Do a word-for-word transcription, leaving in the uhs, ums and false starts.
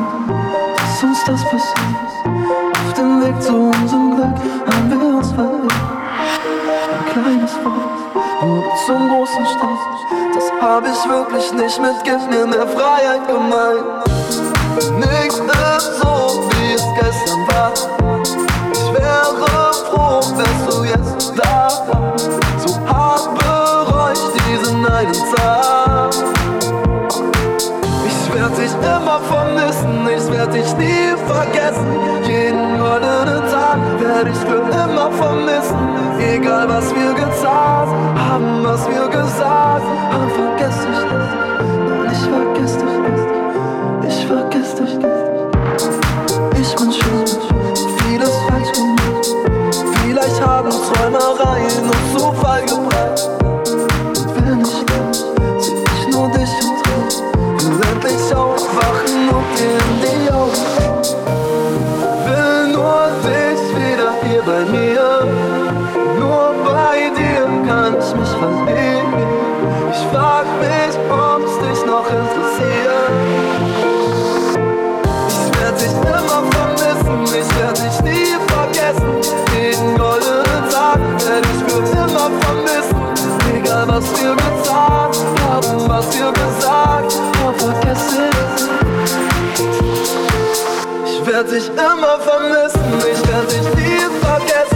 dass uns das passiert. Auf dem Weg zu unserem Glück haben wir uns verirrt. Ein kleines Wort wurde zum großen Start. Das hab ich wirklich nicht mit Gib mir mehr Freiheit gemeint. Nichts ist so, wie es gestern war. Ich wäre froh, wärst du jetzt da. So hart bereu ich diesen einen Tag. Ich werd dich immer vermissen, ich werd dich nie vergessen. Jeden goldenen Tag werd ich für immer vermissen. Egal was wir getan haben, was wir gesagt haben, vergess dich nicht. Nein, ich vergess dich nicht. Ich vergess dich nicht. Ich bin schuld, vieles falsch gemacht. Vielleicht haben Träumereien und Zufall gebracht. Und wenn ich lach, seh ich nur dich und Tränen. Will endlich aufwachen und dir in die Augen. Will nur dich wieder hier bei mir. Nur bei dir kann ich mich verlieben. Ich frag mich, ob's dich noch interessiert. Ich werd dich immer vermissen, ich werd dich nie vergessen. Jeden goldenen Tag werd ich für immer vermissen. Egal was wir getan haben, was wir gesagt haben, vergess ich. Ich werd dich immer vermissen, ich werd dich nie vergessen.